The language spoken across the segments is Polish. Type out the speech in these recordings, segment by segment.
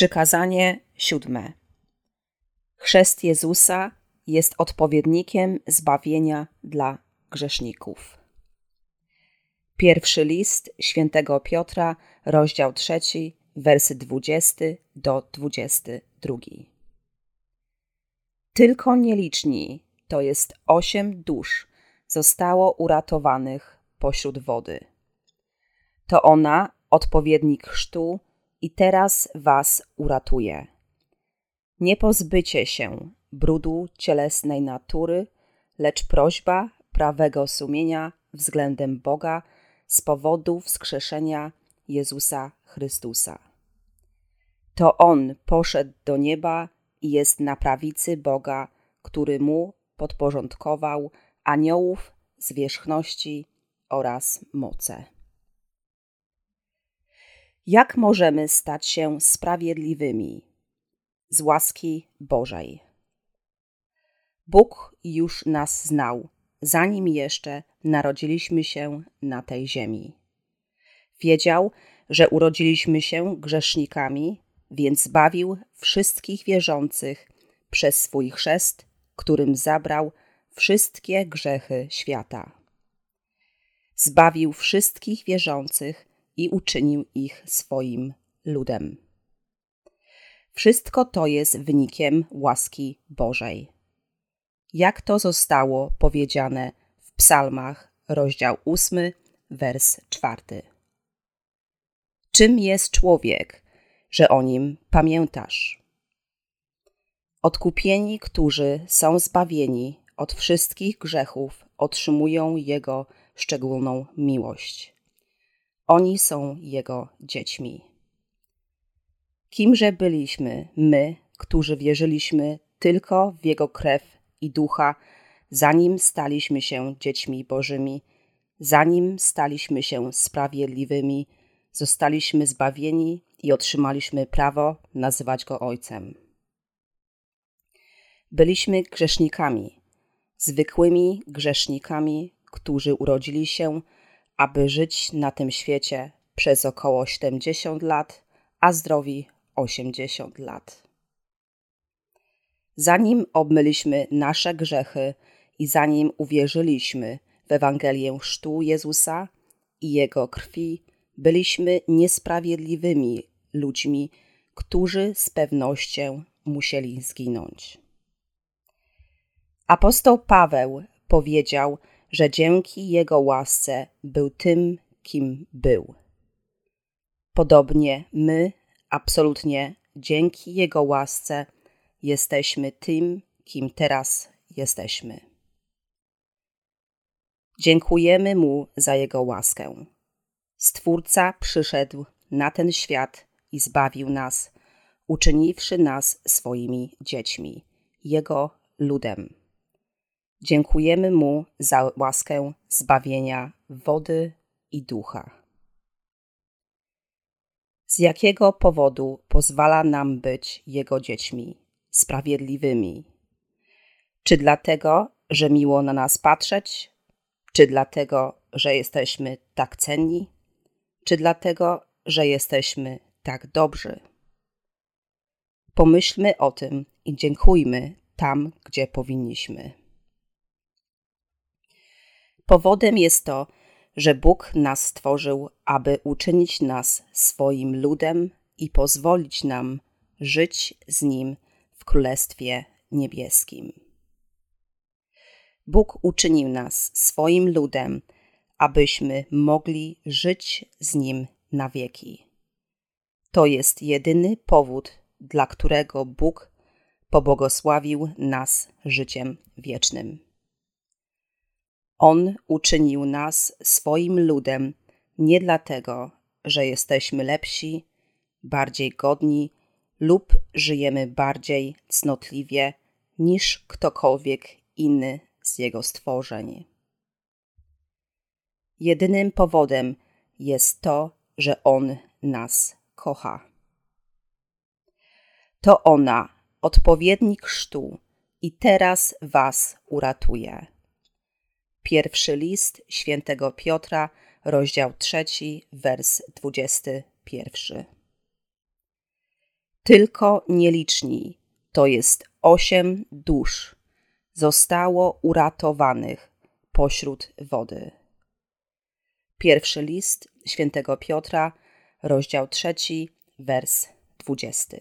Przykazanie 7. Chrzest Jezusa jest odpowiednikiem zbawienia dla grzeszników. Pierwszy list świętego Piotra, rozdział 3, wersy 20 do 22. Tylko nieliczni, to jest 8 dusz, zostało uratowanych pośród wody. To ona, odpowiednik chrztu, i teraz was uratuje. Nie pozbycie się brudu cielesnej natury, lecz prośba prawego sumienia względem Boga z powodu wskrzeszenia Jezusa Chrystusa. To On poszedł do nieba i jest na prawicy Boga, który Mu podporządkował aniołów, zwierzchności oraz moce. Jak możemy stać się sprawiedliwymi? Z łaski Bożej. Bóg już nas znał, zanim jeszcze narodziliśmy się na tej ziemi. Wiedział, że urodziliśmy się grzesznikami, więc zbawił wszystkich wierzących przez swój chrzest, którym zabrał wszystkie grzechy świata. Zbawił wszystkich wierzących i uczynił ich swoim ludem. Wszystko to jest wynikiem łaski Bożej. Jak to zostało powiedziane w Psalmach, rozdział 8, wers 4. Czym jest człowiek, że o nim pamiętasz? Odkupieni, którzy są zbawieni od wszystkich grzechów, otrzymują Jego szczególną miłość. Oni są Jego dziećmi. Kimże byliśmy my, którzy wierzyliśmy tylko w Jego krew i ducha, zanim staliśmy się dziećmi Bożymi, zanim staliśmy się sprawiedliwymi, zostaliśmy zbawieni i otrzymaliśmy prawo nazywać Go Ojcem. Byliśmy grzesznikami, zwykłymi grzesznikami, którzy urodzili się, aby żyć na tym świecie przez około 70 lat, a zdrowi 80 lat. Zanim obmyliśmy nasze grzechy i zanim uwierzyliśmy w Ewangelię chrztu Jezusa i Jego krwi, byliśmy niesprawiedliwymi ludźmi, którzy z pewnością musieli zginąć. Apostoł Paweł powiedział, że dzięki Jego łasce był tym, kim był. Podobnie my, absolutnie dzięki Jego łasce, jesteśmy tym, kim teraz jesteśmy. Dziękujemy Mu za Jego łaskę. Stwórca przyszedł na ten świat i zbawił nas, uczyniwszy nas swoimi dziećmi, Jego ludem. Dziękujemy Mu za łaskę zbawienia wody i ducha. Z jakiego powodu pozwala nam być Jego dziećmi, sprawiedliwymi? Czy dlatego, że miło na nas patrzeć? Czy dlatego, że jesteśmy tak cenni? Czy dlatego, że jesteśmy tak dobrzy? Pomyślmy o tym i dziękujmy tam, gdzie powinniśmy. Powodem jest to, że Bóg nas stworzył, aby uczynić nas swoim ludem i pozwolić nam żyć z Nim w Królestwie Niebieskim. Bóg uczynił nas swoim ludem, abyśmy mogli żyć z Nim na wieki. To jest jedyny powód, dla którego Bóg pobłogosławił nas życiem wiecznym. On uczynił nas swoim ludem nie dlatego, że jesteśmy lepsi, bardziej godni lub żyjemy bardziej cnotliwie niż ktokolwiek inny z Jego stworzeń. Jedynym powodem jest to, że On nas kocha. To ona, odpowiednik chrztu, i teraz was uratuje. Pierwszy list świętego Piotra, rozdział 3, wers 21. Tylko nieliczni, to jest 8 dusz, zostało uratowanych pośród wody. Pierwszy list świętego Piotra, rozdział 3, wers 20.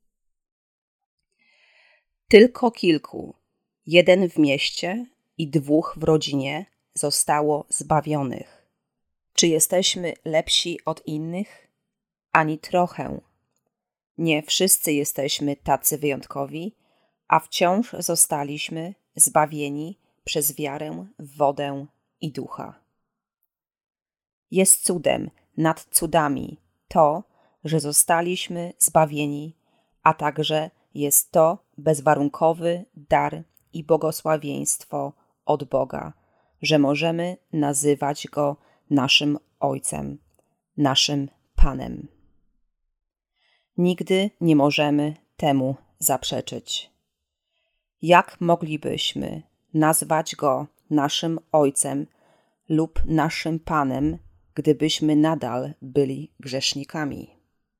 Tylko kilku, 1 w mieście i 2 w rodzinie, zostało zbawionych. Czy jesteśmy lepsi od innych? Ani trochę. Nie wszyscy jesteśmy tacy wyjątkowi, a wciąż zostaliśmy zbawieni przez wiarę w wodę i ducha. Jest cudem nad cudami to, że zostaliśmy zbawieni, a także jest to bezwarunkowy dar i błogosławieństwo od Boga, że możemy nazywać Go naszym Ojcem, naszym Panem. Nigdy nie możemy temu zaprzeczyć. Jak moglibyśmy nazwać Go naszym Ojcem lub naszym Panem, gdybyśmy nadal byli grzesznikami?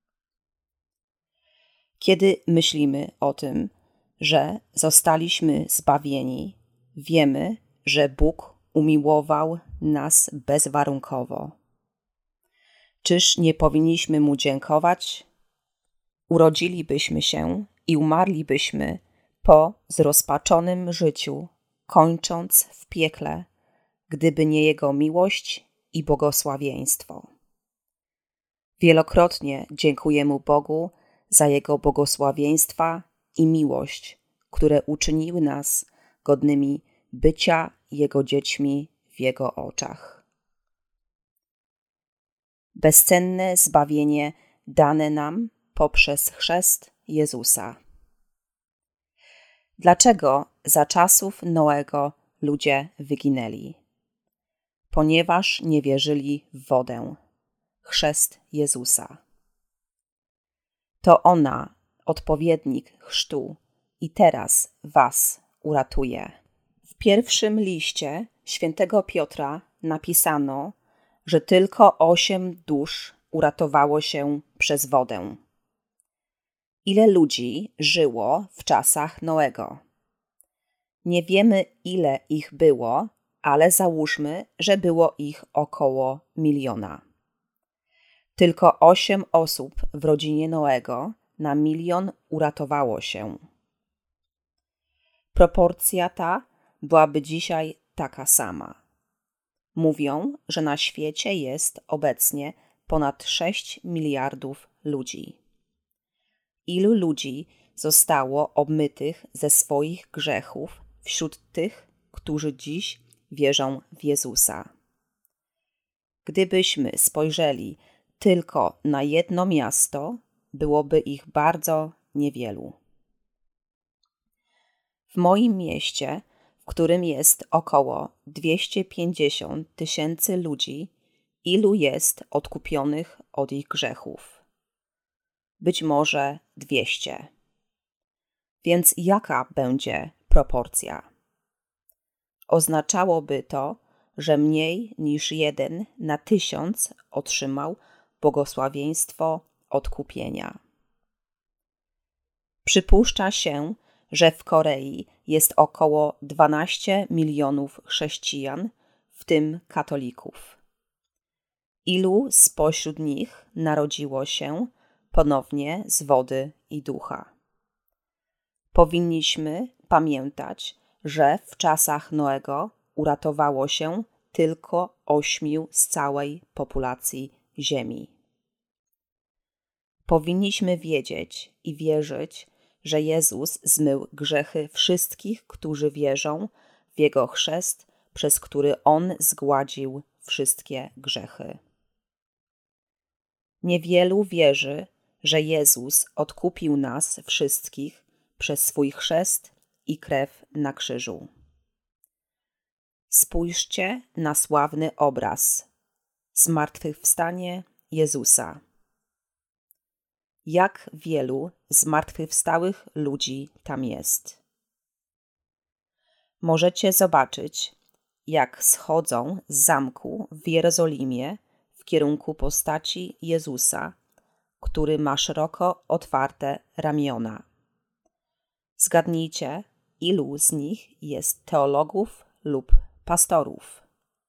Kiedy myślimy o tym, że zostaliśmy zbawieni, wiemy, że Bóg umiłował nas bezwarunkowo. Czyż nie powinniśmy Mu dziękować? Urodzilibyśmy się i umarlibyśmy po zrozpaczonym życiu, kończąc w piekle, gdyby nie Jego miłość i błogosławieństwo. Wielokrotnie dziękujemy Bogu za Jego błogosławieństwa i miłość, które uczyniły nas godnymi bycia Jego dziećmi w Jego oczach. Bezcenne zbawienie dane nam poprzez chrzest Jezusa. Dlaczego za czasów Noego ludzie wyginęli? Ponieważ nie wierzyli w wodę, chrzest Jezusa. To ona, odpowiednik chrztu, i teraz was uratuje. W pierwszym liście świętego Piotra napisano, że tylko 8 dusz uratowało się przez wodę. Ile ludzi żyło w czasach Noego? Nie wiemy, ile ich było, ale załóżmy, że było ich około 1 000 000. Tylko 8 osób w rodzinie Noego na 1 000 000 uratowało się. Proporcja ta byłaby dzisiaj taka sama. Mówią, że na świecie jest obecnie ponad 6 miliardów ludzi. Ilu ludzi zostało obmytych ze swoich grzechów wśród tych, którzy dziś wierzą w Jezusa? Gdybyśmy spojrzeli tylko na jedno miasto, byłoby ich bardzo niewielu. W moim mieście, w którym jest około 250 000 ludzi, ilu jest odkupionych od ich grzechów? Być może 200. Więc jaka będzie proporcja? Oznaczałoby to, że mniej niż 1 na 1000 otrzymał błogosławieństwo odkupienia. Przypuszcza się, że w Korei jest około 12 milionów chrześcijan, w tym katolików. Ilu spośród nich narodziło się ponownie z wody i ducha? Powinniśmy pamiętać, że w czasach Noego uratowało się tylko 8 z całej populacji Ziemi. Powinniśmy wiedzieć i wierzyć, że Jezus zmył grzechy wszystkich, którzy wierzą w Jego chrzest, przez który On zgładził wszystkie grzechy. Niewielu wierzy, że Jezus odkupił nas wszystkich przez swój chrzest i krew na krzyżu. Spójrzcie na sławny obraz zmartwychwstanie Jezusa. Jak wielu zmartwychwstałych ludzi tam jest. Możecie zobaczyć, jak schodzą z zamku w Jerozolimie w kierunku postaci Jezusa, który ma szeroko otwarte ramiona. Zgadnijcie, ilu z nich jest teologów lub pastorów.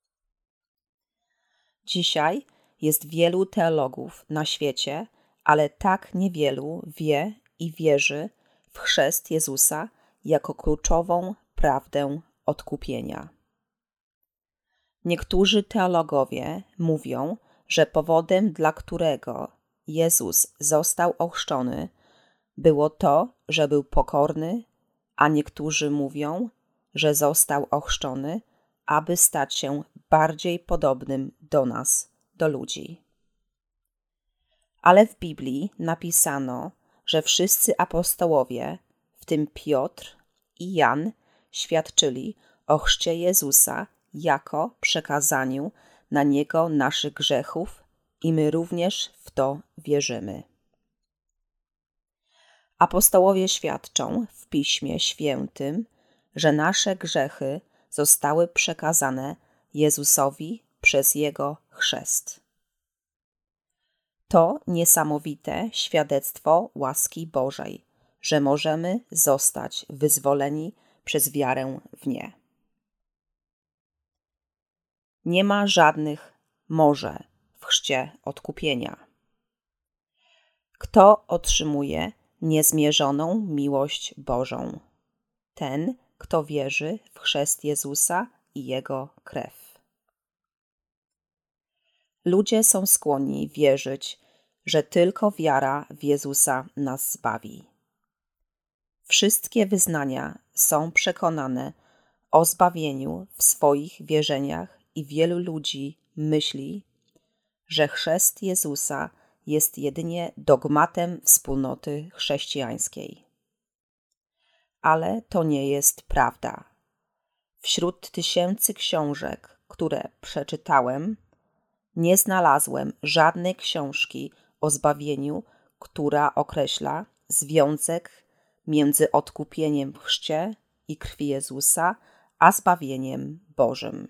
Dzisiaj jest wielu teologów na świecie, ale tak niewielu wie i wierzy w chrzest Jezusa jako kluczową prawdę odkupienia. Niektórzy teologowie mówią, że powodem, dla którego Jezus został ochrzczony, było to, że był pokorny, a niektórzy mówią, że został ochrzczony, aby stać się bardziej podobnym do nas, do ludzi. Ale w Biblii napisano, że wszyscy apostołowie, w tym Piotr i Jan, świadczyli o chrzcie Jezusa jako przekazaniu na Niego naszych grzechów i my również w to wierzymy. Apostołowie świadczą w Piśmie Świętym, że nasze grzechy zostały przekazane Jezusowi przez Jego chrzest. To niesamowite świadectwo łaski Bożej, że możemy zostać wyzwoleni przez wiarę w nie. Nie ma żadnych może w chrzcie odkupienia. Kto otrzymuje niezmierzoną miłość Bożą? Ten, kto wierzy w chrzest Jezusa i Jego krew. Ludzie są skłonni wierzyć, że tylko wiara w Jezusa nas zbawi. Wszystkie wyznania są przekonane o zbawieniu w swoich wierzeniach i wielu ludzi myśli, że chrzest Jezusa jest jedynie dogmatem wspólnoty chrześcijańskiej. Ale to nie jest prawda. Wśród tysięcy książek, które przeczytałem, nie znalazłem żadnej książki o zbawieniu, która określa związek między odkupieniem w chrzcie i krwi Jezusa, a zbawieniem Bożym.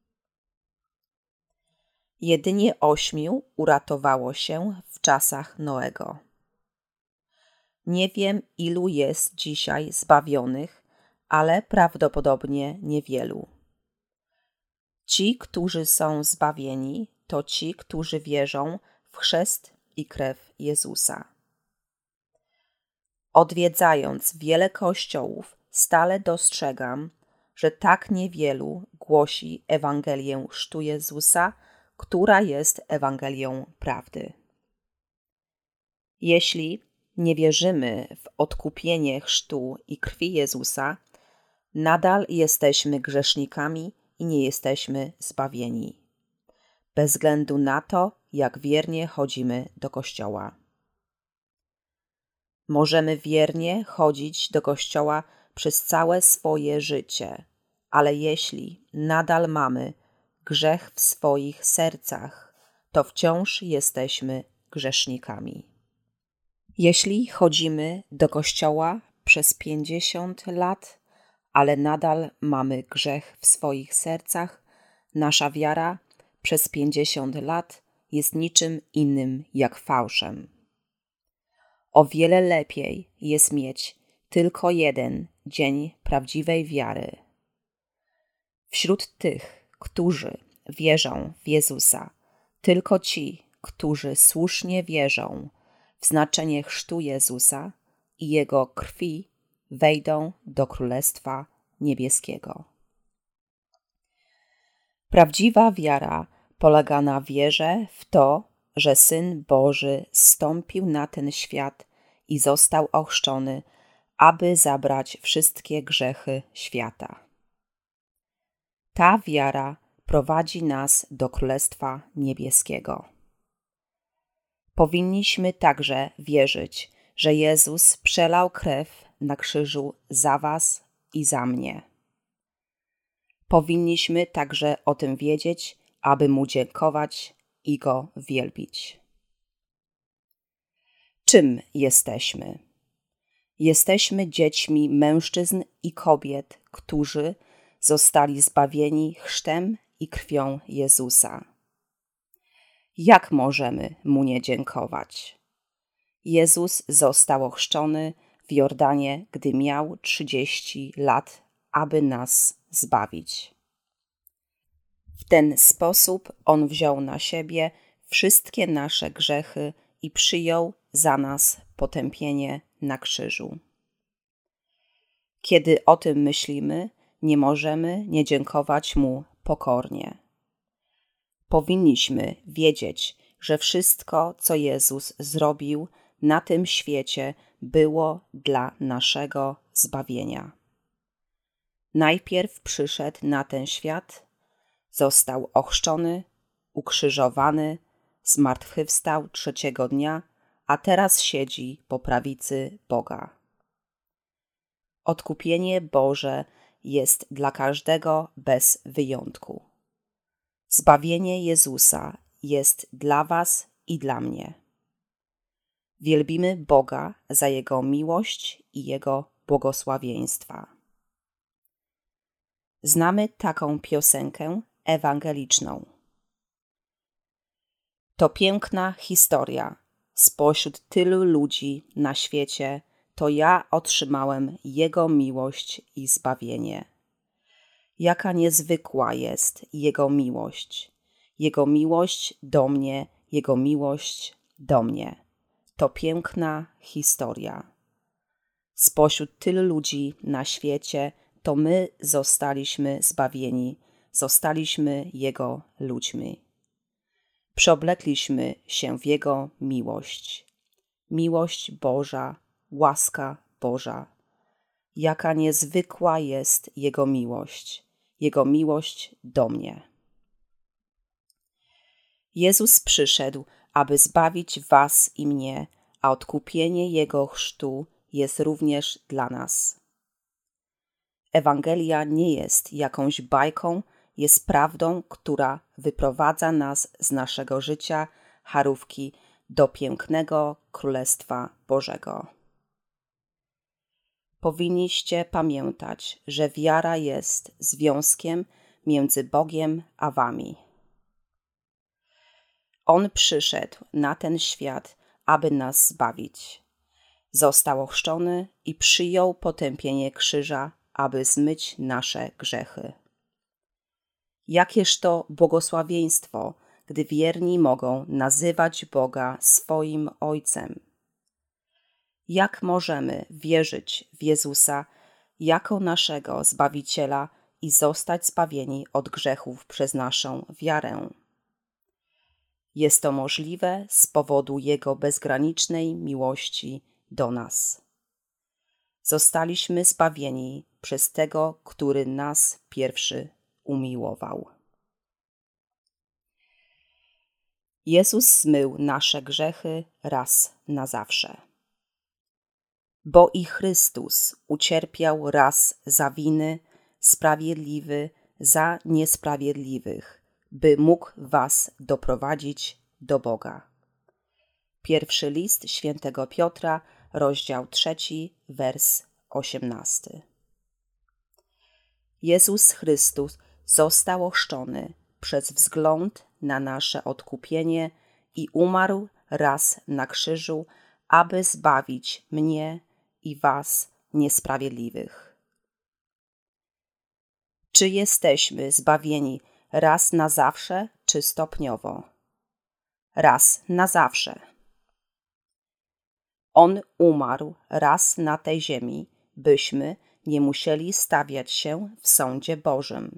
Jedynie 8 uratowało się w czasach Noego. Nie wiem, ilu jest dzisiaj zbawionych, ale prawdopodobnie niewielu. Ci, którzy są zbawieni, to ci, którzy wierzą w chrzest i krew Jezusa. Odwiedzając wiele kościołów, stale dostrzegam, że tak niewielu głosi Ewangelię chrztu Jezusa, która jest Ewangelią prawdy. Jeśli nie wierzymy w odkupienie chrztu i krwi Jezusa, nadal jesteśmy grzesznikami i nie jesteśmy zbawieni, bez względu na to, jak wiernie chodzimy do kościoła. Możemy wiernie chodzić do kościoła przez całe swoje życie, ale jeśli nadal mamy grzech w swoich sercach, to wciąż jesteśmy grzesznikami. Jeśli chodzimy do kościoła przez 50 lat, ale nadal mamy grzech w swoich sercach, nasza wiara przez 50 lat jest niczym innym jak fałszem. O wiele lepiej jest mieć tylko jeden dzień prawdziwej wiary. Wśród tych, którzy wierzą w Jezusa, tylko ci, którzy słusznie wierzą w znaczenie chrztu Jezusa i Jego krwi, wejdą do Królestwa Niebieskiego. Prawdziwa wiara polega na wierze w to, że Syn Boży zstąpił na ten świat i został ochrzczony, aby zabrać wszystkie grzechy świata. Ta wiara prowadzi nas do Królestwa Niebieskiego. Powinniśmy także wierzyć, że Jezus przelał krew na krzyżu za was i za mnie. Powinniśmy także o tym wiedzieć, aby Mu dziękować i Go wielbić. Czym jesteśmy? Jesteśmy dziećmi mężczyzn i kobiet, którzy zostali zbawieni chrztem i krwią Jezusa. Jak możemy Mu nie dziękować? Jezus został ochrzczony w Jordanie, gdy miał 30 lat, aby nas zbawić. W ten sposób On wziął na siebie wszystkie nasze grzechy i przyjął za nas potępienie na krzyżu. Kiedy o tym myślimy, nie możemy nie dziękować Mu pokornie. Powinniśmy wiedzieć, że wszystko, co Jezus zrobił na tym świecie, było dla naszego zbawienia. Najpierw przyszedł na ten świat, został ochrzczony, ukrzyżowany, zmartwychwstał 3. dnia, a teraz siedzi po prawicy Boga. Odkupienie Boże jest dla każdego bez wyjątku. Zbawienie Jezusa jest dla was i dla mnie. Wielbimy Boga za Jego miłość i Jego błogosławieństwa. Znamy taką piosenkę ewangeliczną. To piękna historia. Spośród tylu ludzi na świecie to ja otrzymałem Jego miłość i zbawienie. Jaka niezwykła jest Jego miłość. Jego miłość do mnie, Jego miłość do mnie. To piękna historia. Spośród tylu ludzi na świecie to my zostaliśmy zbawieni, zostaliśmy Jego ludźmi. Przeoblekliśmy się w Jego miłość. Miłość Boża, łaska Boża. Jaka niezwykła jest Jego miłość do mnie. Jezus przyszedł, aby zbawić was i mnie, a odkupienie Jego chrztu jest również dla nas. Ewangelia nie jest jakąś bajką, jest prawdą, która wyprowadza nas z naszego życia charówki do pięknego Królestwa Bożego. Powinniście pamiętać, że wiara jest związkiem między Bogiem a wami. On przyszedł na ten świat, aby nas zbawić. Został ochrzczony i przyjął potępienie krzyża, aby zmyć nasze grzechy. Jakież to błogosławieństwo, gdy wierni mogą nazywać Boga swoim Ojcem. Jak możemy wierzyć w Jezusa jako naszego Zbawiciela i zostać zbawieni od grzechów przez naszą wiarę? Jest to możliwe z powodu Jego bezgranicznej miłości do nas. Zostaliśmy zbawieni przez Tego, który nas pierwszy umiłował. Jezus zmył nasze grzechy raz na zawsze. Bo i Chrystus ucierpiał raz za winy, sprawiedliwy za niesprawiedliwych, by mógł was doprowadzić do Boga. Pierwszy list świętego Piotra, rozdział 3, wers 18. Jezus Chrystus został ochrzczony przez wzgląd na nasze odkupienie i umarł raz na krzyżu, aby zbawić mnie i was niesprawiedliwych. Czy jesteśmy zbawieni raz na zawsze, czy stopniowo? Raz na zawsze. On umarł raz na tej ziemi, byśmy nie musieli stawiać się w sądzie Bożym.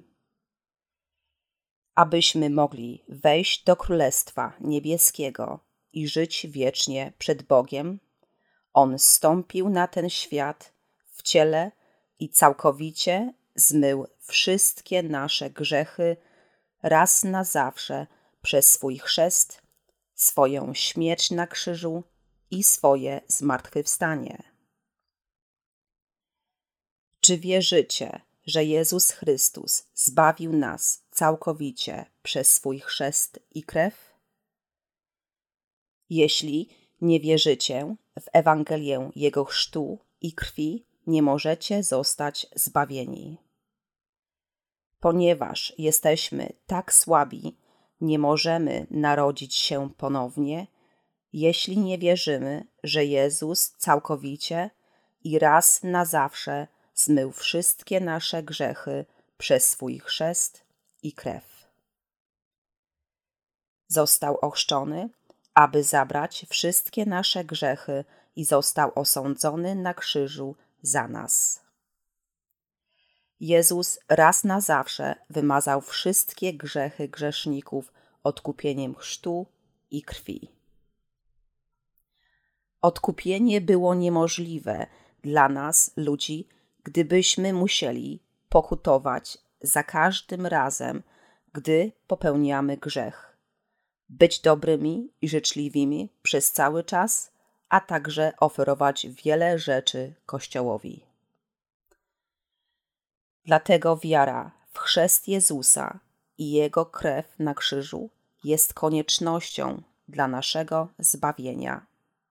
Abyśmy mogli wejść do Królestwa Niebieskiego i żyć wiecznie przed Bogiem, On zstąpił na ten świat w ciele i całkowicie zmył wszystkie nasze grzechy raz na zawsze przez swój chrzest, swoją śmierć na krzyżu i swoje zmartwychwstanie. Czy wierzycie, że Jezus Chrystus zbawił nas całkowicie przez swój chrzest i krew? Jeśli nie wierzycie w Ewangelię Jego chrztu i krwi, nie możecie zostać zbawieni. Ponieważ jesteśmy tak słabi, nie możemy narodzić się ponownie, jeśli nie wierzymy, że Jezus całkowicie i raz na zawsze zmył wszystkie nasze grzechy przez swój chrzest i krew. Został ochrzczony, aby zabrać wszystkie nasze grzechy i został osądzony na krzyżu za nas. Jezus raz na zawsze wymazał wszystkie grzechy grzeszników odkupieniem chrztu i krwi. Odkupienie było niemożliwe dla nas, ludzi, gdybyśmy musieli pokutować za każdym razem, gdy popełniamy grzech, być dobrymi i życzliwymi przez cały czas, a także oferować wiele rzeczy Kościołowi. Dlatego wiara w chrzest Jezusa i Jego krew na krzyżu jest koniecznością dla naszego zbawienia.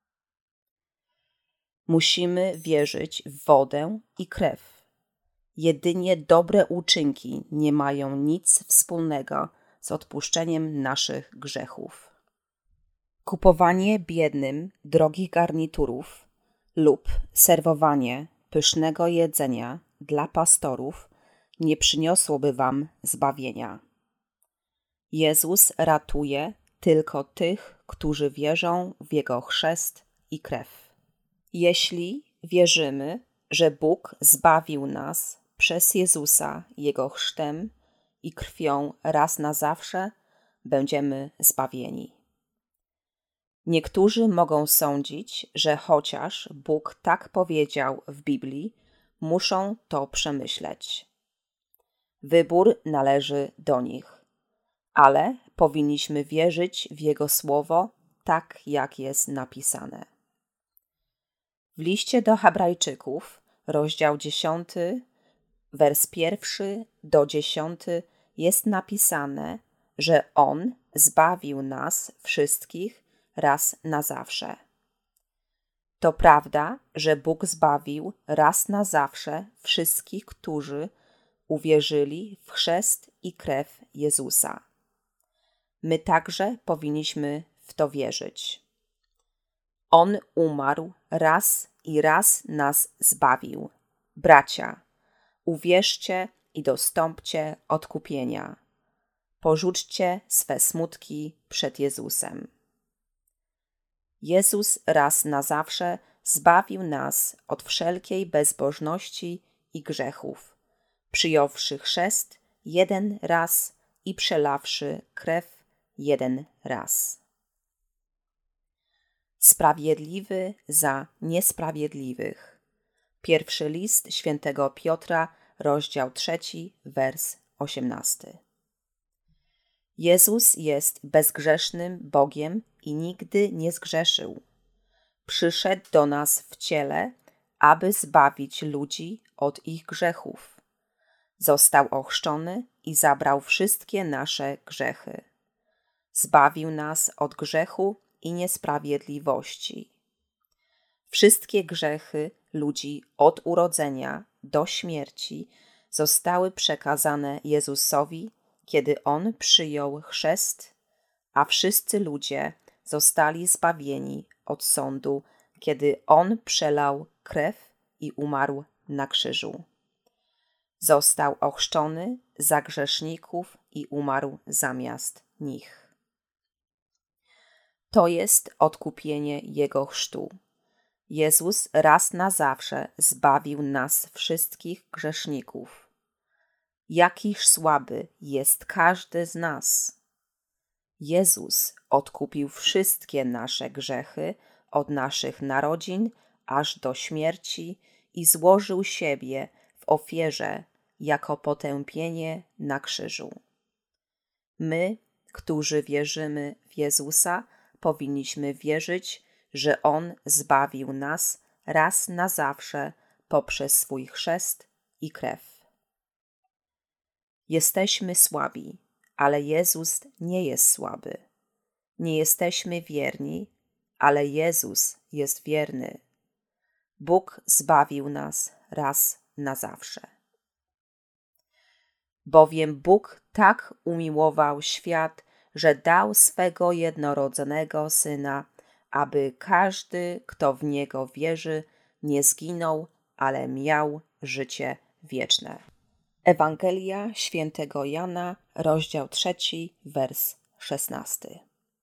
Musimy wierzyć w wodę i krew. Jedynie dobre uczynki nie mają nic wspólnego z odpuszczeniem naszych grzechów. Kupowanie biednym drogich garniturów lub serwowanie pysznego jedzenia dla pastorów nie przyniosłoby wam zbawienia. Jezus ratuje tylko tych, którzy wierzą w Jego chrzest i krew. Jeśli wierzymy, że Bóg zbawił nas przez Jezusa Jego chrztem i krwią raz na zawsze, będziemy zbawieni. Niektórzy mogą sądzić, że chociaż Bóg tak powiedział w Biblii, muszą to przemyśleć. Wybór należy do nich, ale powinniśmy wierzyć w Jego słowo tak, jak jest napisane. W liście do Hebrajczyków, rozdział 10, wers 1 do 10 jest napisane, że On zbawił nas wszystkich raz na zawsze. To prawda, że Bóg zbawił raz na zawsze wszystkich, którzy uwierzyli w chrzest i krew Jezusa. My także powinniśmy w to wierzyć. On umarł raz i raz nas zbawił. Bracia, uwierzcie i dostąpcie odkupienia. Porzućcie swe smutki przed Jezusem. Jezus raz na zawsze zbawił nas od wszelkiej bezbożności i grzechów, przyjąwszy chrzest jeden raz i przelawszy krew jeden raz. Sprawiedliwy za niesprawiedliwych. Pierwszy list świętego Piotra, rozdział 3, wers 18. Jezus jest bezgrzesznym Bogiem i nigdy nie zgrzeszył. Przyszedł do nas w ciele, aby zbawić ludzi od ich grzechów. Został ochrzczony i zabrał wszystkie nasze grzechy. Zbawił nas od grzechu i niesprawiedliwości. Wszystkie grzechy ludzi od urodzenia do śmierci zostały przekazane Jezusowi, kiedy On przyjął chrzest, a wszyscy ludzie zostali zbawieni od sądu, kiedy On przelał krew i umarł na krzyżu. Został ochrzczony za grzeszników i umarł zamiast nich. To jest odkupienie Jego chrztu. Jezus raz na zawsze zbawił nas wszystkich grzeszników. Jakiż słaby jest każdy z nas. Jezus odkupił wszystkie nasze grzechy od naszych narodzin aż do śmierci i złożył siebie w ofierze jako potępienie na krzyżu. My, którzy wierzymy w Jezusa, powinniśmy wierzyć, że On zbawił nas raz na zawsze poprzez swój chrzest i krew. Jesteśmy słabi, ale Jezus nie jest słaby. Nie jesteśmy wierni, ale Jezus jest wierny. Bóg zbawił nas raz na zawsze. Bowiem Bóg tak umiłował świat, że dał swego jednorodzonego Syna, aby każdy, kto w Niego wierzy, nie zginął, ale miał życie wieczne. Ewangelia Świętego Jana, rozdział 3, wers 16.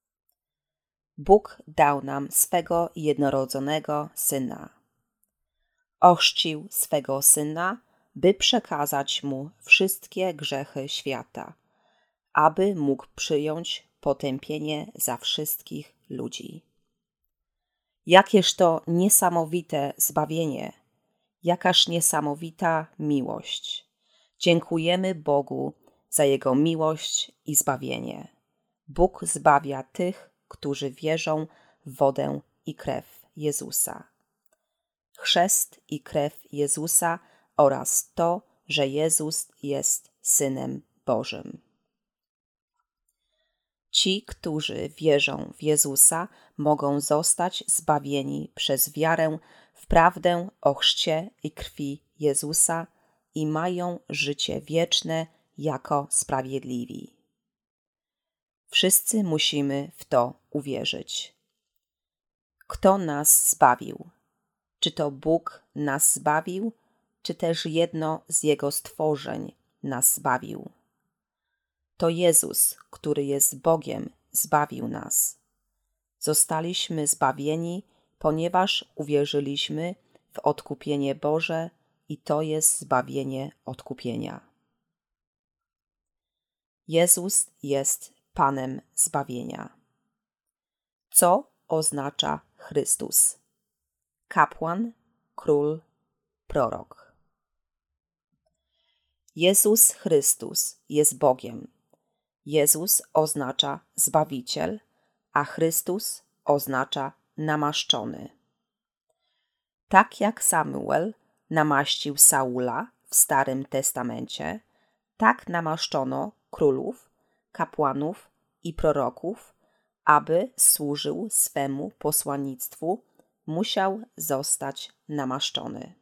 Bóg dał nam swego jednorodzonego Syna. Ochrzcił swego Syna, by przekazać Mu wszystkie grzechy świata, aby mógł przyjąć potępienie za wszystkich ludzi. Jakież to niesamowite zbawienie, jakaż niesamowita miłość. Dziękujemy Bogu za Jego miłość i zbawienie. Bóg zbawia tych, którzy wierzą w wodę i krew Jezusa. Chrzest i krew Jezusa oraz to, że Jezus jest Synem Bożym. Ci, którzy wierzą w Jezusa, mogą zostać zbawieni przez wiarę w prawdę o chrzcie i krwi Jezusa i mają życie wieczne jako sprawiedliwi. Wszyscy musimy w to uwierzyć. Kto nas zbawił? Czy to Bóg nas zbawił, czy też jedno z Jego stworzeń nas zbawił? To Jezus, który jest Bogiem, zbawił nas. Zostaliśmy zbawieni, ponieważ uwierzyliśmy w odkupienie Boże i to jest zbawienie odkupienia. Jezus jest Panem zbawienia. Co oznacza Chrystus? Kapłan, król, prorok. Jezus Chrystus jest Bogiem. Jezus oznacza Zbawiciel, a Chrystus oznacza namaszczony. Tak jak Samuel namaścił Saula w Starym Testamencie, tak namaszczono królów, kapłanów i proroków, aby służył swemu posłannictwu, musiał zostać namaszczony.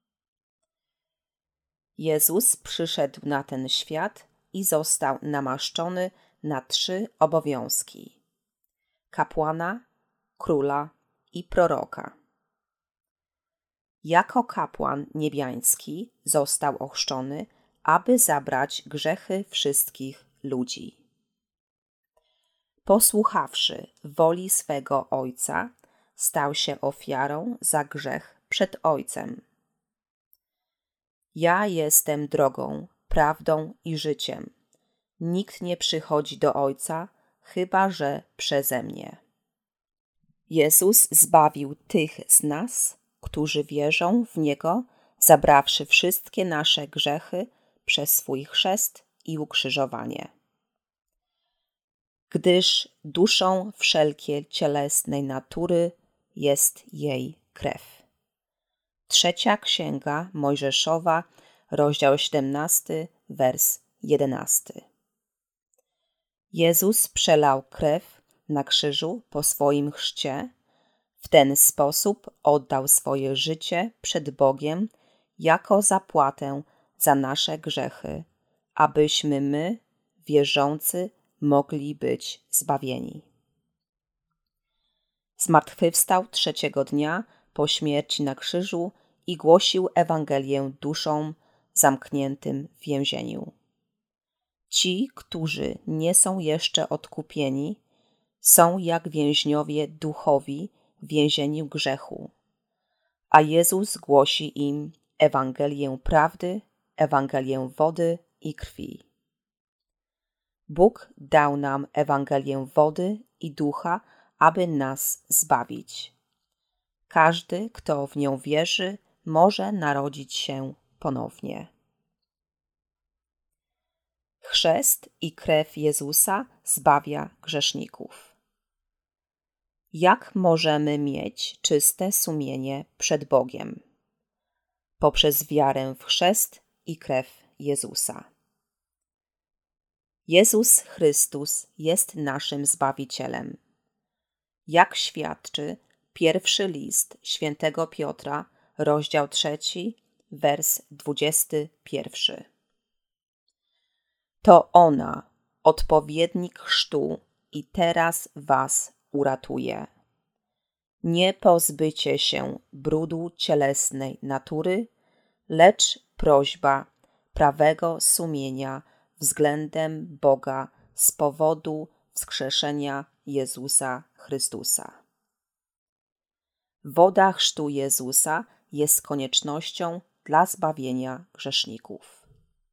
Jezus przyszedł na ten świat i został namaszczony na 3 obowiązki: kapłana, króla i proroka. Jako kapłan niebiański został ochrzczony, aby zabrać grzechy wszystkich ludzi. Posłuchawszy woli swego Ojca, stał się ofiarą za grzech przed Ojcem. Ja jestem drogą, prawdą i życiem. Nikt nie przychodzi do Ojca, chyba że przeze mnie. Jezus zbawił tych z nas, którzy wierzą w Niego, zabrawszy wszystkie nasze grzechy przez swój chrzest i ukrzyżowanie. Gdyż duszą wszelkiej cielesnej natury jest jej krew. 3 Księga Mojżeszowa, rozdział 17, wers 11. Jezus przelał krew na krzyżu po swoim chrzcie. W ten sposób oddał swoje życie przed Bogiem jako zapłatę za nasze grzechy, abyśmy my, wierzący, mogli być zbawieni. Zmartwychwstał 3 dnia po śmierci na krzyżu i głosił Ewangelię duszom zamkniętym w więzieniu. Ci, którzy nie są jeszcze odkupieni, są jak więźniowie duchowi w więzieniu grzechu, a Jezus głosi im Ewangelię prawdy, Ewangelię wody i krwi. Bóg dał nam Ewangelię wody i ducha, aby nas zbawić. Każdy, kto w nią wierzy, może narodzić się ponownie. Chrzest i krew Jezusa zbawia grzeszników. Jak możemy mieć czyste sumienie przed Bogiem? Poprzez wiarę w chrzest i krew Jezusa. Jezus Chrystus jest naszym Zbawicielem. Jak świadczy pierwszy list świętego Piotra, rozdział 3, wers 21. To ona, odpowiednik chrztu, i teraz was uratuje. nie pozbycie się brudu cielesnej natury, lecz prośba prawego sumienia względem Boga z powodu wskrzeszenia Jezusa Chrystusa. Woda chrztu Jezusa jest koniecznością dla zbawienia grzeszników.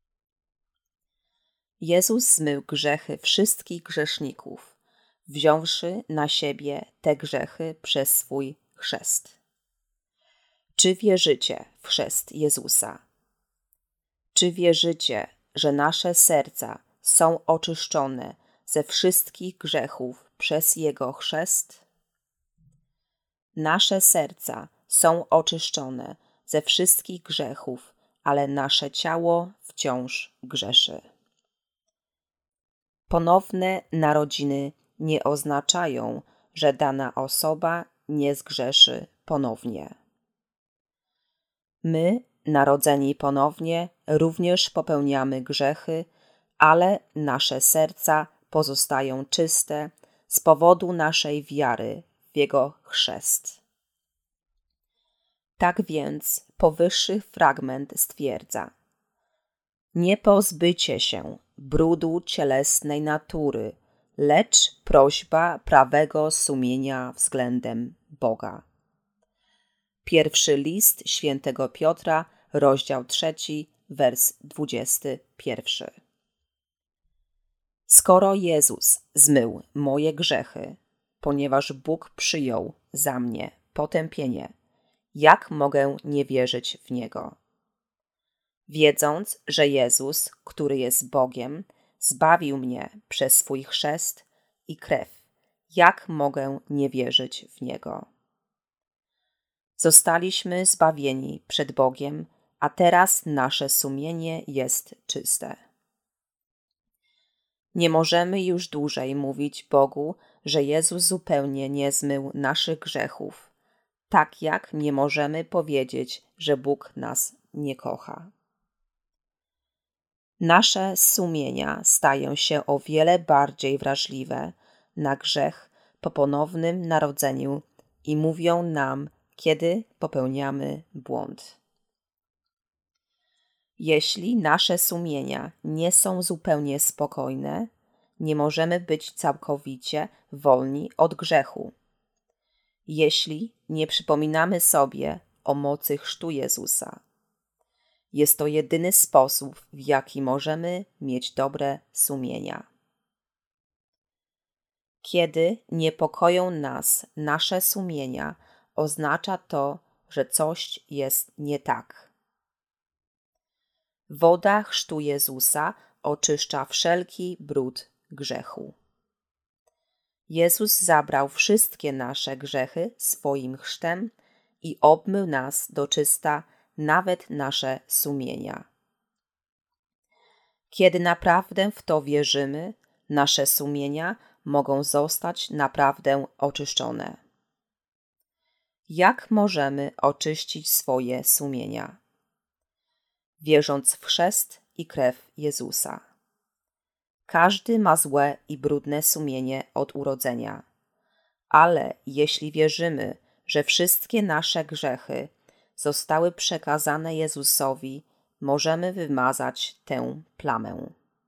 Jezus zmył grzechy wszystkich grzeszników, wziąwszy na siebie te grzechy przez swój chrzest. Czy wierzycie w chrzest Jezusa? Czy wierzycie, że nasze serca są oczyszczone ze wszystkich grzechów przez Jego chrzest? Nasze serca są oczyszczone ze wszystkich grzechów, ale nasze ciało wciąż grzeszy. Ponowne narodziny nie oznaczają, że dana osoba nie zgrzeszy ponownie. My, narodzeni ponownie, również popełniamy grzechy, ale nasze serca pozostają czyste z powodu naszej wiary w Jego chrzest. Tak więc powyższy fragment stwierdza: nie pozbycie się brudu cielesnej natury, lecz prośba prawego sumienia względem Boga. Pierwszy list świętego Piotra, rozdział 3, wers 21. Skoro Jezus zmył moje grzechy, ponieważ Bóg przyjął za mnie potępienie, jak mogę nie wierzyć w Niego? Wiedząc, że Jezus, który jest Bogiem, zbawił mnie przez swój chrzest i krew, jak mogę nie wierzyć w Niego? Zostaliśmy zbawieni przed Bogiem, a teraz nasze sumienie jest czyste. Nie możemy już dłużej mówić Bogu, że Jezus zupełnie nie zmył naszych grzechów, tak jak nie możemy powiedzieć, że Bóg nas nie kocha. Nasze sumienia stają się o wiele bardziej wrażliwe na grzech po ponownym narodzeniu i mówią nam, kiedy popełniamy błąd. Jeśli nasze sumienia nie są zupełnie spokojne, nie możemy być całkowicie wolni od grzechu. Jeśli nie przypominamy sobie o mocy chrztu Jezusa, jest to jedyny sposób, w jaki możemy mieć dobre sumienia. Kiedy niepokoją nas nasze sumienia, oznacza to, że coś jest nie tak. Woda chrztu Jezusa oczyszcza wszelki brud grzechu. Jezus zabrał wszystkie nasze grzechy swoim chrztem i obmył nas do czysta, nawet nasze sumienia. Kiedy naprawdę w to wierzymy, nasze sumienia mogą zostać naprawdę oczyszczone. Jak możemy oczyścić swoje sumienia? Wierząc w chrzest i krew Jezusa. Każdy ma złe i brudne sumienie od urodzenia, ale jeśli wierzymy, że wszystkie nasze grzechy zostały przekazane Jezusowi, możemy wymazać tę plamę.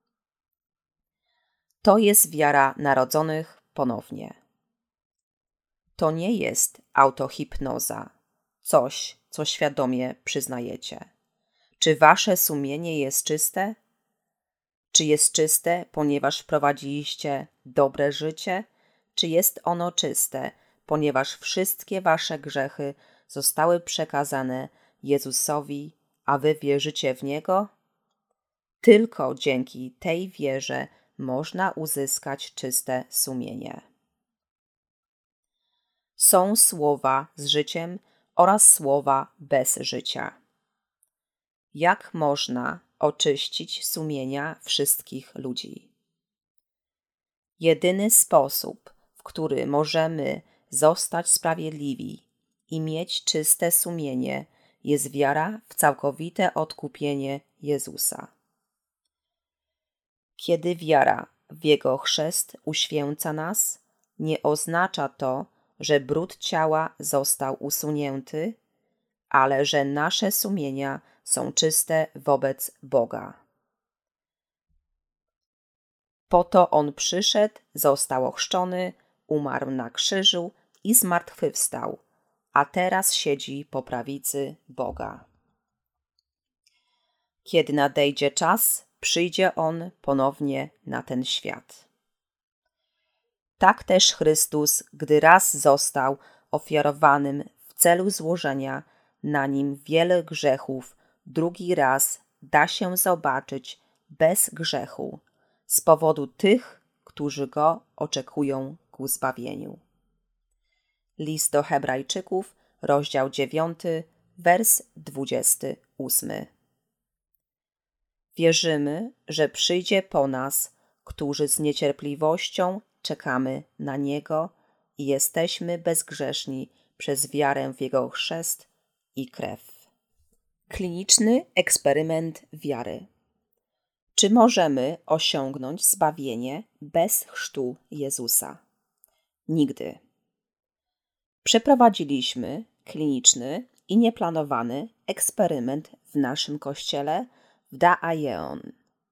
To jest wiara narodzonych ponownie. To nie jest autohipnoza, coś, co świadomie przyznajecie. Czy wasze sumienie jest czyste? Czy jest czyste, ponieważ prowadziliście dobre życie? Czy jest ono czyste, ponieważ wszystkie wasze grzechy zostały przekazane Jezusowi, a wy wierzycie w Niego? Tylko dzięki tej wierze można uzyskać czyste sumienie. Są słowa z życiem oraz słowa bez życia. Jak można oczyścić sumienia wszystkich ludzi? Jedyny sposób, w który możemy zostać sprawiedliwi i mieć czyste sumienie, jest wiara w całkowite odkupienie Jezusa. Kiedy wiara w Jego chrzest uświęca nas, nie oznacza to, że brud ciała został usunięty, ale że nasze sumienia są czyste wobec Boga. Po to On przyszedł, został ochrzczony, umarł na krzyżu i zmartwychwstał, a teraz siedzi po prawicy Boga. Kiedy nadejdzie czas, przyjdzie On ponownie na ten świat. Tak też Chrystus, gdy raz został ofiarowanym w celu złożenia na Nim wiele grzechów, drugi raz da się zobaczyć bez grzechu z powodu tych, którzy Go oczekują ku zbawieniu. List do Hebrajczyków, rozdział 9, wers 28. Wierzymy, że przyjdzie po nas, którzy z niecierpliwością czekamy na Niego i jesteśmy bezgrzeszni przez wiarę w Jego chrzest i krew. Kliniczny eksperyment wiary. Czy możemy osiągnąć zbawienie bez chrztu Jezusa? Nigdy. Przeprowadziliśmy kliniczny i nieplanowany eksperyment w naszym kościele w Da'ajeon.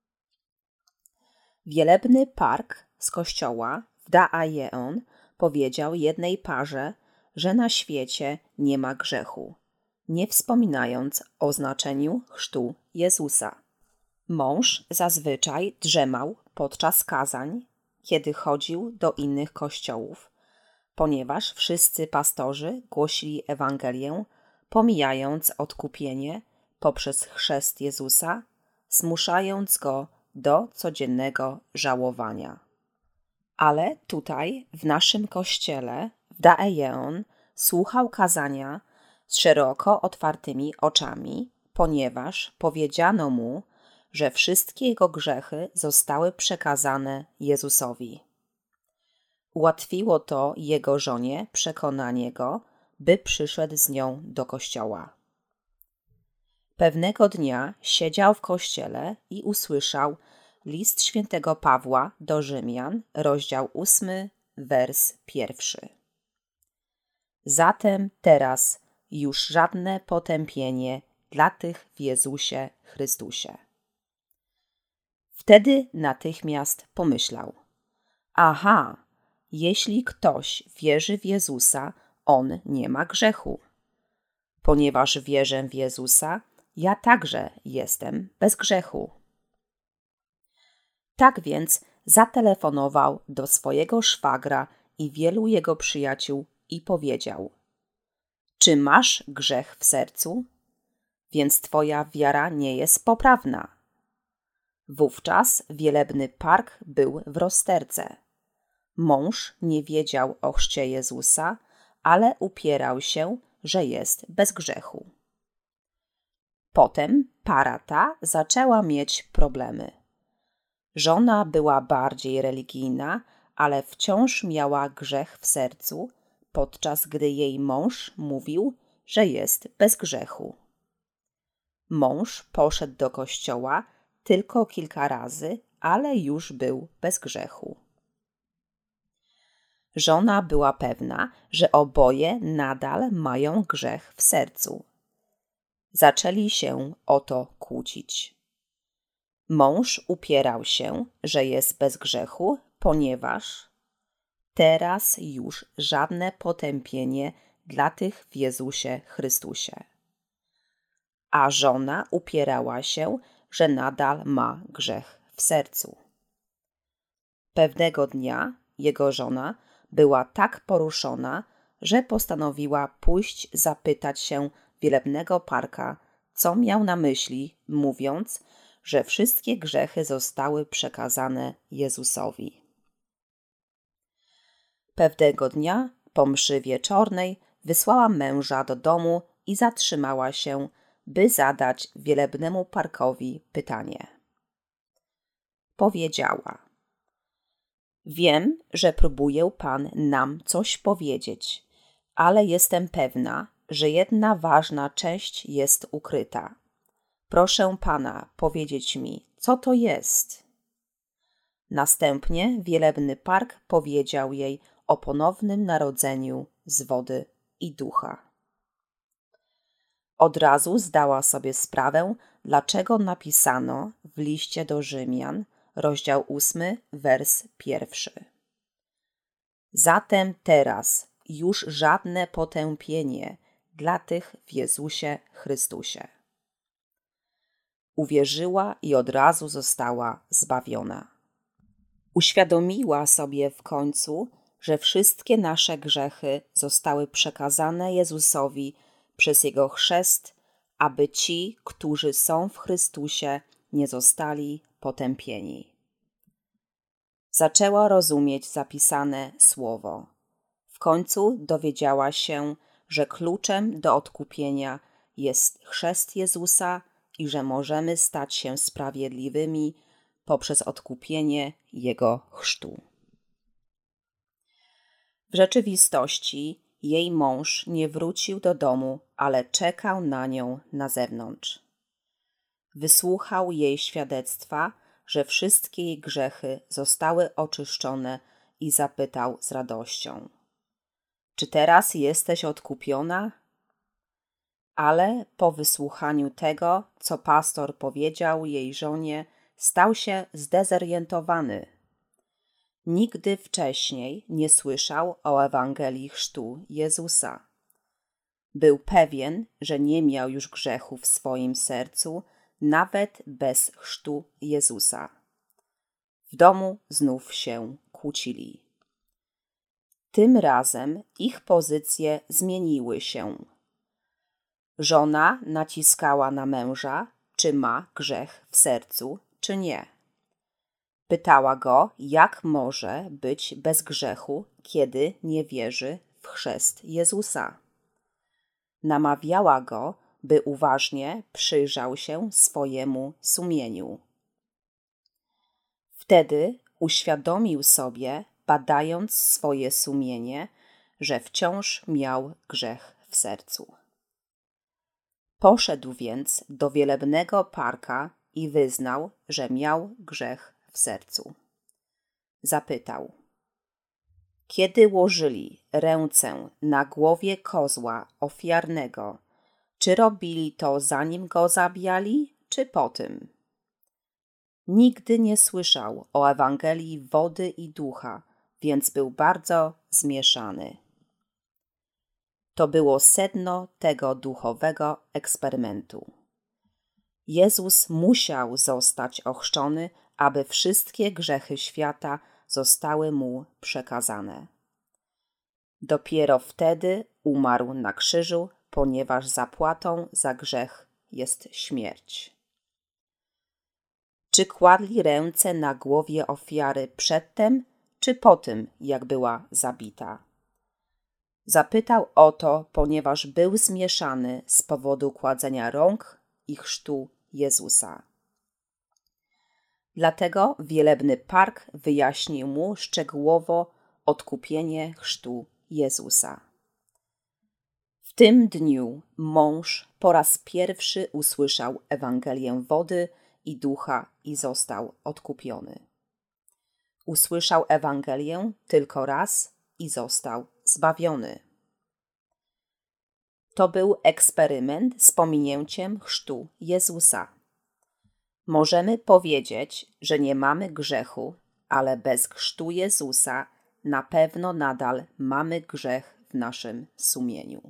Wielebny Park z kościoła w Da'ajeon powiedział jednej parze, że na świecie nie ma grzechu, nie wspominając o znaczeniu chrztu Jezusa. Mąż zazwyczaj drzemał podczas kazań, kiedy chodził do innych kościołów, ponieważ wszyscy pastorzy głosili Ewangelię, pomijając odkupienie poprzez chrzest Jezusa, zmuszając go do codziennego żałowania. Ale tutaj, w naszym kościele, w Da'ajeon, słuchał kazania z szeroko otwartymi oczami, ponieważ powiedziano mu, że wszystkie jego grzechy zostały przekazane Jezusowi. Ułatwiło to jego żonie przekonanie go, by przyszedł z nią do kościoła. Pewnego dnia siedział w kościele i usłyszał list świętego Pawła do Rzymian, rozdział 8, wers 1. Zatem teraz już żadne potępienie dla tych w Jezusie Chrystusie. Wtedy natychmiast pomyślał: aha, jeśli ktoś wierzy w Jezusa, on nie ma grzechu. Ponieważ wierzę w Jezusa, ja także jestem bez grzechu. Tak więc zatelefonował do swojego szwagra i wielu jego przyjaciół i powiedział: czy masz grzech w sercu? Więc twoja wiara nie jest poprawna. Wówczas wielebny Park był w rozterce. Mąż nie wiedział o chrzcie Jezusa, ale upierał się, że jest bez grzechu. Potem para ta zaczęła mieć problemy. Żona była bardziej religijna, ale wciąż miała grzech w sercu, podczas gdy jej mąż mówił, że jest bez grzechu. Mąż poszedł do kościoła tylko kilka razy, ale już był bez grzechu. Żona była pewna, że oboje nadal mają grzech w sercu. Zaczęli się o to kłócić. Mąż upierał się, że jest bez grzechu, ponieważ teraz już żadne potępienie dla tych w Jezusie Chrystusie. A żona upierała się, że nadal ma grzech w sercu. Pewnego dnia jego żona była tak poruszona, że postanowiła pójść zapytać się wielebnego Parka, co miał na myśli, mówiąc, że wszystkie grzechy zostały przekazane Jezusowi. Pewnego dnia, po mszy wieczornej, wysłała męża do domu i zatrzymała się, by zadać wielebnemu Parkowi pytanie. Powiedziała: wiem, że próbuje pan nam coś powiedzieć, ale jestem pewna, że jedna ważna część jest ukryta. Proszę pana powiedzieć mi, co to jest. Następnie wielebny Park powiedział jej o ponownym narodzeniu z wody i ducha. Od razu zdała sobie sprawę, dlaczego napisano w liście do Rzymian, rozdział 8, wers 1. Zatem teraz już żadne potępienie dla tych w Jezusie Chrystusie. Uwierzyła i od razu została zbawiona. Uświadomiła sobie w końcu, że wszystkie nasze grzechy zostały przekazane Jezusowi przez Jego chrzest, aby ci, którzy są w Chrystusie, nie zostali potępieni. Zaczęła rozumieć zapisane słowo. W końcu dowiedziała się, że kluczem do odkupienia jest chrzest Jezusa i że możemy stać się sprawiedliwymi poprzez odkupienie Jego chrztu. W rzeczywistości jej mąż nie wrócił do domu, ale czekał na nią na zewnątrz. Wysłuchał jej świadectwa, że wszystkie jej grzechy zostały oczyszczone i zapytał z radością: czy teraz jesteś odkupiona? Ale po wysłuchaniu tego, co pastor powiedział jej żonie, stał się zdezorientowany. Nigdy wcześniej nie słyszał o Ewangelii chrztu Jezusa. Był pewien, że nie miał już grzechu w swoim sercu, nawet bez chrztu Jezusa. W domu znów się kłócili. Tym razem ich pozycje zmieniły się. Żona naciskała na męża, czy ma grzech w sercu, czy nie. Pytała go, jak może być bez grzechu, kiedy nie wierzy w chrzest Jezusa. Namawiała go, by uważnie przyjrzał się swojemu sumieniu. Wtedy uświadomił sobie, badając swoje sumienie, że wciąż miał grzech w sercu. Poszedł więc do wielebnego parka i wyznał, że miał grzech w sercu. Zapytał: kiedy łożyli ręce na głowie kozła ofiarnego, czy robili to zanim go zabijali, czy po tym? Nigdy nie słyszał o Ewangelii wody i ducha, więc był bardzo zmieszany. To było sedno tego duchowego eksperymentu. Jezus musiał zostać ochrzczony, aby wszystkie grzechy świata zostały mu przekazane. Dopiero wtedy umarł na krzyżu, ponieważ zapłatą za grzech jest śmierć. Czy kładli ręce na głowie ofiary przedtem, czy po tym, jak była zabita? Zapytał o to, ponieważ był zmieszany z powodu kładzenia rąk i chrztu Jezusa. Dlatego wielebny park wyjaśnił mu szczegółowo odkupienie chrztu Jezusa. W tym dniu mąż po raz pierwszy usłyszał Ewangelię wody i ducha i został odkupiony. Usłyszał Ewangelię tylko raz i został zbawiony. To był eksperyment z pominięciem chrztu Jezusa. Możemy powiedzieć, że nie mamy grzechu, ale bez chrztu Jezusa na pewno nadal mamy grzech w naszym sumieniu.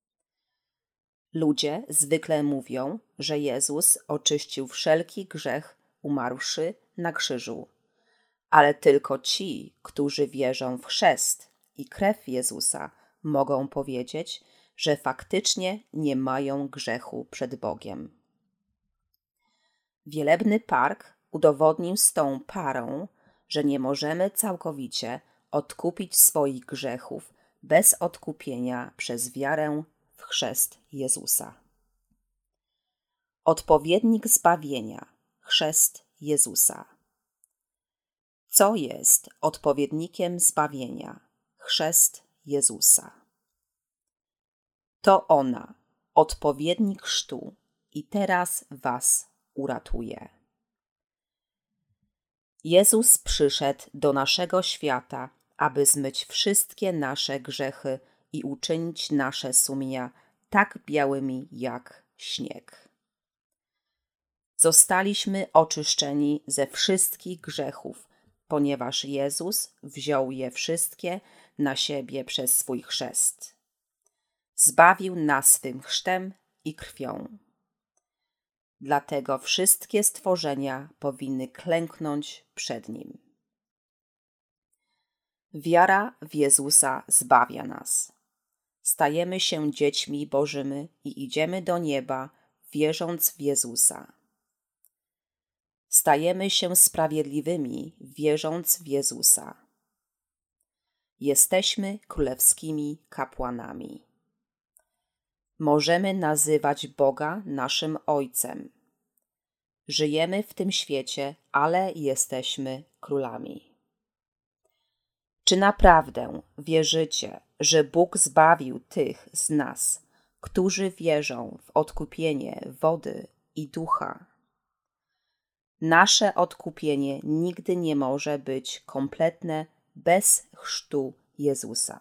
Ludzie zwykle mówią, że Jezus oczyścił wszelki grzech, umarłszy na krzyżu. Ale tylko ci, którzy wierzą w chrzest i krew Jezusa, mogą powiedzieć, że faktycznie nie mają grzechu przed Bogiem. Wielebny park udowodnił z tą parą, że nie możemy całkowicie odkupić swoich grzechów bez odkupienia przez wiarę w chrzest Jezusa. Odpowiednik zbawienia, chrzest Jezusa. Co jest odpowiednikiem zbawienia, chrzest Jezusa? To ona, odpowiednik chrztu, i teraz was uratuje. Jezus przyszedł do naszego świata, aby zmyć wszystkie nasze grzechy i uczynić nasze sumienia tak białymi jak śnieg. Zostaliśmy oczyszczeni ze wszystkich grzechów, ponieważ Jezus wziął je wszystkie na siebie przez swój chrzest. Zbawił nas swym chrztem i krwią. Dlatego wszystkie stworzenia powinny klęknąć przed Nim. Wiara w Jezusa zbawia nas. Stajemy się dziećmi Bożymi i idziemy do nieba, wierząc w Jezusa. Stajemy się sprawiedliwymi, wierząc w Jezusa. Jesteśmy królewskimi kapłanami. Możemy nazywać Boga naszym Ojcem. Żyjemy w tym świecie, ale jesteśmy królami. Czy naprawdę wierzycie, że Bóg zbawił tych z nas, którzy wierzą w odkupienie wody i ducha? Nasze odkupienie nigdy nie może być kompletne bez chrztu Jezusa.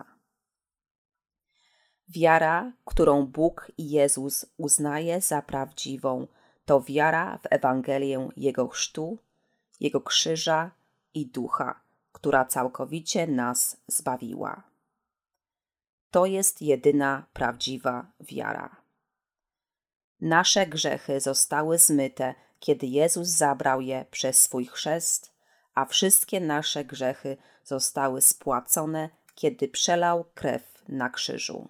Wiara, którą Bóg i Jezus uznaje za prawdziwą, to wiara w Ewangelię Jego chrztu, Jego krzyża i ducha, która całkowicie nas zbawiła. To jest jedyna prawdziwa wiara. Nasze grzechy zostały zmyte, kiedy Jezus zabrał je przez swój chrzest, a wszystkie nasze grzechy zostały spłacone, kiedy przelał krew na krzyżu.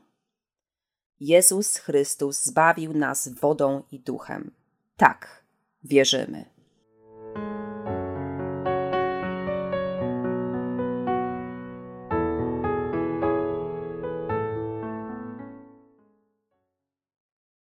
Jezus Chrystus zbawił nas wodą i duchem. Tak, wierzymy.